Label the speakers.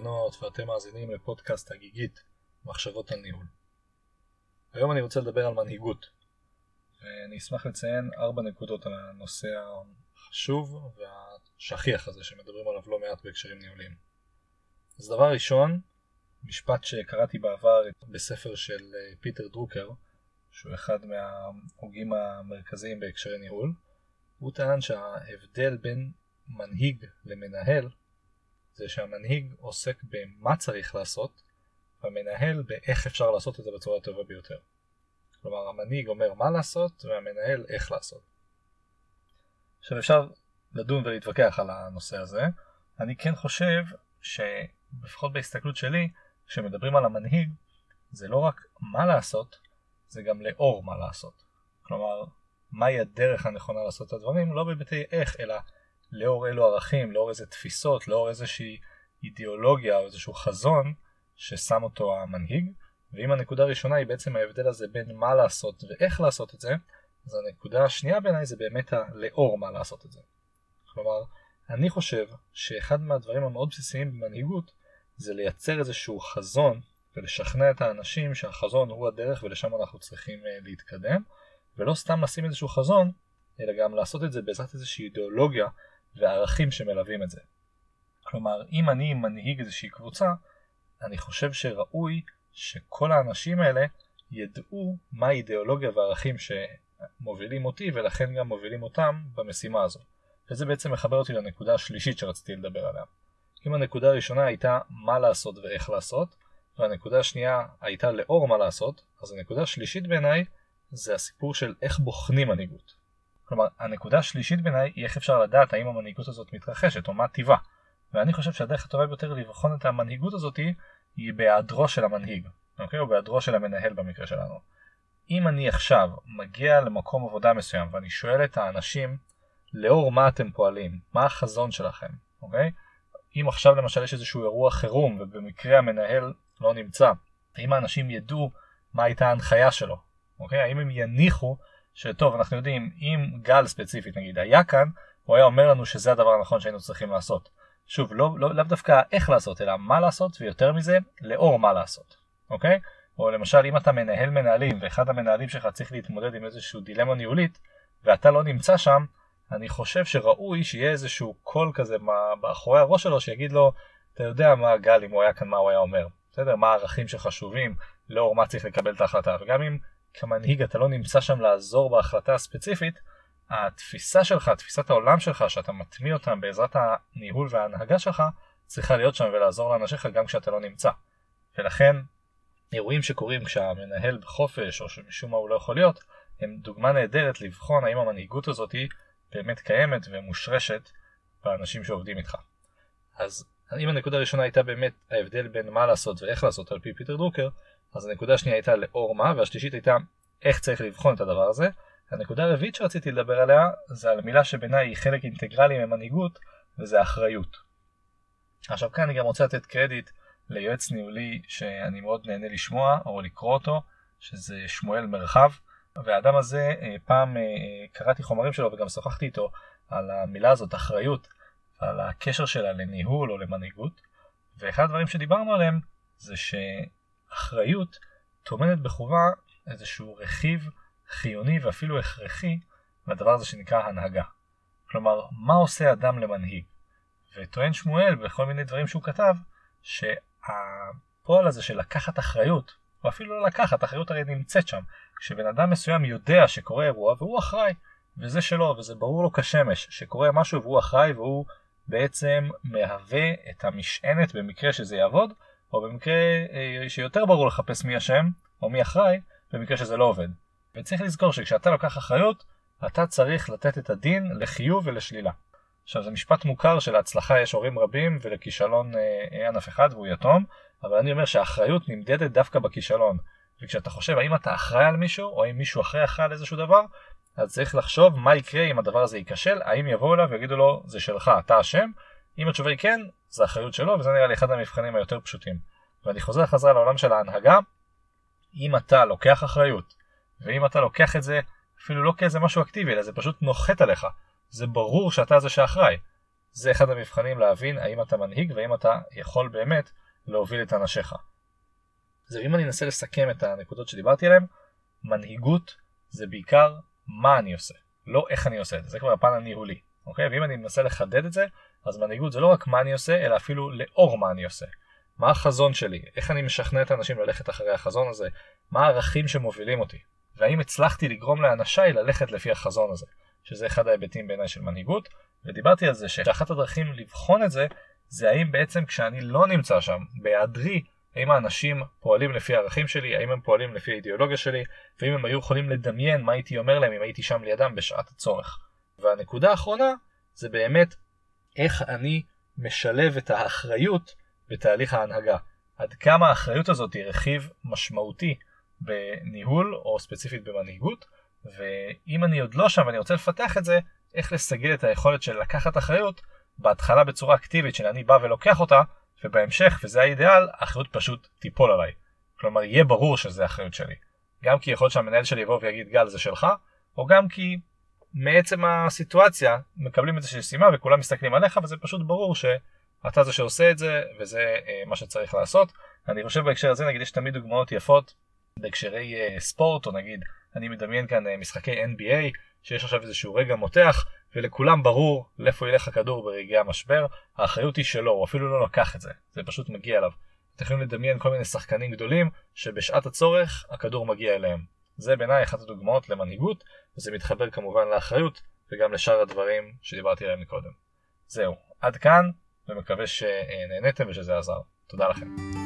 Speaker 1: ובנות, ואתם מאזינים לפודקאסט הגיגית, מחשבות על ניהול. היום אני רוצה לדבר על מנהיגות, ואני אשמח לציין 4 נקודות על הנושא החשוב והשכיח הזה שמדברים עליו לא מעט בהקשרים ניהוליים. אז דבר ראשון, משפט שקראתי בעבר בספר של פיטר דרוקר, שהוא אחד מההוגים המרכזיים בהקשרי ניהול. הוא טען שההבדל בין מנהיג למנהל זה שהמנהיג עוסק במה צריך לעשות, והמנהל באיך אפשר לעשות את זה בצורה הטובה ביותר. כלומר, המנהיג אומר מה לעשות והמנהל איך לעשות. עכשיו אפשר לדון ולהתווכח על הנושא הזה. אני כן חושב שבפחות בהסתכלות שלי, כשמדברים על המנהיג, זה לא רק מה לעשות, זה גם לאור מה לעשות. כלומר, מהי הדרך הנכונה לעשות את הדברים, לא בביתי איך, אלא לאור אילו ערכים, לאור איזה תפיסות, לאור איזושהי אידיאולוגיה או איזשהו חזון ששם אותו המנהיג. ואם הנקודה הראשונה היא בעצם ההבדל הזה בין מה לעשות ואיך לעשות את זה, אז הנקודה השנייה בעיניי זה באמת לאור מה לעשות את זה. כלומר, אני חושב שאחד מהדברים המאוד בסיסיים במנהיגות זה לייצר איזשהו חזון ולשכנע את האנשים שהחזון הוא הדרך ולשם אנחנו צריכים להתקדם, ולא סתם לשים איזשהו חזון, אלא גם לעשות את זה בעזרת איזושהי אידיאולוגיה וערכים שמלווים את זה. כלומר, אם אני מנהיג איזושהי קבוצה, אני חושב שראוי שכל האנשים האלה ידעו מה האידיאולוגיה והערכים שמובילים אותי, ולכן גם מובילים אותם במשימה הזו. וזה בעצם מחבר אותי לנקודה השלישית שרציתי לדבר עליה. אם הנקודה הראשונה הייתה מה לעשות ואיך לעשות, והנקודה השנייה הייתה לאור מה לעשות, אז הנקודה השלישית בעיניי זה הסיפור של איך בוחנים מנהיגות. כלומר, הנקודה השלישית בעיניי היא איך אפשר לדעת האם המנהיגות הזאת מתרחשת או מה טבעה. ואני חושב שהדרך הטובה ביותר לבחון את המנהיגות הזאת היא בהיעדרו של המנהיג, או בהיעדרו של המנהל במקרה שלנו. אם אני עכשיו מגיע למקום עבודה מסוים ואני שואל את האנשים לאור מה אתם פועלים, מה החזון שלכם, אוקיי? אם עכשיו למשל יש איזשהו אירוע חירום ובמקרה המנהל לא נמצא, האם האנשים ידעו מה הייתה ההנחיה שלו, אוקיי? האם הם יניחו שטוב, אנחנו יודעים, אם גל ספציפית נגיד היה כאן, הוא היה אומר לנו שזה הדבר הנכון שהיינו צריכים לעשות. שוב, לא דווקא איך לעשות, אלא מה לעשות, ויותר מזה, לאור מה לעשות, אוקיי? או למשל, אם אתה מנהל מנהלים, ואחד המנהלים שלך צריך להתמודד עם איזשהו דילמה ניהולית, ואתה לא נמצא שם, אני חושב שראוי שיהיה איזשהו קול כזה באחורי הראש שלו, שיגיד לו, אתה יודע מה גל, אם הוא היה כאן, מה הוא היה אומר. בסדר? מה הערכים שחשובים, לאור מה צריך לקבל את ההחלטה. וגם אם כמנהיג אתה לא נמצא שם לעזור בהחלטה הספציפית, התפיסה שלך, תפיסת העולם שלך, שאתה מטמיע אותם בעזרת הניהול וההנהגה שלך, צריכה להיות שם ולעזור לאנשיך גם כשאתה לא נמצא. ולכן, אירועים שקורים כשהמנהל בחופש או שמשום מה הוא לא יכול להיות, הם דוגמה נהדרת לבחון האם המנהיגות הזאת היא באמת קיימת ומושרשת באנשים שעובדים איתך. אז אם הנקודה הראשונה הייתה באמת ההבדל בין מה לעשות ואיך לעשות על פי פיטר דרוקר, אז הנקודה השנייה הייתה לאור מה, והשלישית הייתה איך צריך לבחון את הדבר הזה. הנקודה הרביעית שרציתי לדבר עליה זה על מילה שבעיניי היא חלק אינטגרלי ממנהיגות, וזה האחריות. עכשיו כאן אני גם רוצה לתת קרדיט ליועץ ניהולי שאני מאוד נהנה לשמוע או לקרוא אותו, שזה שמואל מרחב, והאדם הזה פעם קראתי חומרים שלו וגם שוחחתי איתו על המילה הזאת אחריות, ועל הקשר שלה לניהול או למנהיגות, ואחד הדברים שדיברנו עליהם זה שאחריות טומנת בחובה איזשהו רכיב חיוני ואפילו הכרחי לדבר הזה שנקרא הנהגה. כלומר, מה עושה אדם למנהיג? וטוען שמואל בכל מיני דברים שהוא כתב, שהפועל הזה של לקחת אחריות, או אפילו לא לקחת, אחריות הרי נמצאת שם, כשבן אדם מסוים יודע שקורה אירוע והוא אחראי, וזה שלו, וזה ברור לו כשמש, שקורה משהו והוא אחראי והוא בעצם מהווה את המשענת במקרה שזה יעבוד, או במקרה שיותר ברור לחפש מי אשם, או מי אחראי, במקרה שזה לא עובד. וצריך לזכור שכשאתה לוקח אחריות, אתה צריך לתת את הדין לחיוב ולשלילה. עכשיו זה משפט מוכר שלהצלחה יש הורים רבים ולכישלון אין אף אחד והוא יתום, אבל אני אומר שהאחריות נמדדת דווקא בכישלון. וכשאתה חושב האם אתה אחראי על מישהו או אם מישהו אחראי על איזשהו דבר, אז צריך לחשוב מה יקרה אם הדבר הזה ייכשל, האם יבואו אליו ויגידו לו זה שלך, אתה אשם. אם התשובה היא כן, זה אחריות שלו, וזה נראה לי אחד המבחנים היותר פשוטים. ואני חוזר חזרה לעולם של ההנהגה. אם אתה לוקח אחריות, ואם אתה לוקח את זה אפילו לא כאיזה משהו אקטיבי, אלא זה פשוט נוחת עליך, זה ברור שאתה זה שאחראי. זה אחד המבחנים להבין האם אתה מנהיג והאם אתה יכול באמת להוביל את אנשיך. אז אם אני אנסה לסכם את הנקודות שדיברתי עליהן, מנהיגות זה בעיקר מה אני עושה, לא איך אני עושה את זה, זה כבר הפן הניהולי. אוקיי? ואם אני מנסה לחדד את זה, אז מנהיגות זה לא רק מה אני עושה, אלא אפילו לאור מה אני עושה. מה החזון שלי? איך אני משכנע את האנשים ללכת אחרי החזון הזה? מה הערכים שמובילים אותי? והאם הצלחתי לגרום לאנשיי ללכת לפי החזון הזה? שזה אחד ההיבטים בעיניי של מנהיגות. ודיברתי על זה שאחת הדרכים לבחון את זה, זה האם בעצם כשאני לא נמצא שם, בהיעדרי, האם האנשים פועלים לפי הערכים שלי, האם הם פועלים לפי האידיאולוגיה שלי, ואם הם היו יכולים לדמיין מה הייתי אומר להם אם הייתי שם לידם בשעת הצורך. והנקודה האחרונה זה באמת איך אני משלב את האחריות בתהליך ההנהגה. עד כמה האחריות הזאת היא רכיב משמעותי בניהול או ספציפית במנהיגות, ואם אני עוד לא שם ואני רוצה לפתח את זה, איך לסגל את היכולת של לקחת אחריות בהתחלה בצורה אקטיבית שאני בא ולוקח אותה, ובהמשך, וזה האידאל, האחריות פשוט תיפול עליי. כלומר, יהיה ברור שזה האחריות שלי. גם כי יכול להיות שהמנהל שלי יבוא ויגיד גל זה שלך, או גם כי מעצם הסיטואציה מקבלים את זה ששימה וכולם מסתכלים עליך, וזה פשוט ברור שאתה זה שעושה את זה, וזה מה שצריך לעשות. אני חושב בהקשר הזה, נגיד, יש תמיד דוגמאות יפות בהקשרי ספורט, או נגיד, אני מדמיין כאן משחקי NBA, שיש עכשיו איזשהו רגע מותח, ולכולם ברור לאיפה ילך הכדור ברגעי המשבר, האחריות היא שלו, הוא אפילו לא לקח את זה, זה פשוט מגיע אליו. אתם יכולים לדמיין כל מיני שחקנים גדולים, שבשעת הצורך הכדור מגיע אליהם. זה בעיניי אחת הדוגמאות למנהיגות, וזה מתחבר כמובן לאחריות, וגם לשאר הדברים שדיברתי עליהם מקודם. זהו, עד כאן, ומקווה שנהנתם ושזה עזר. תודה לכם.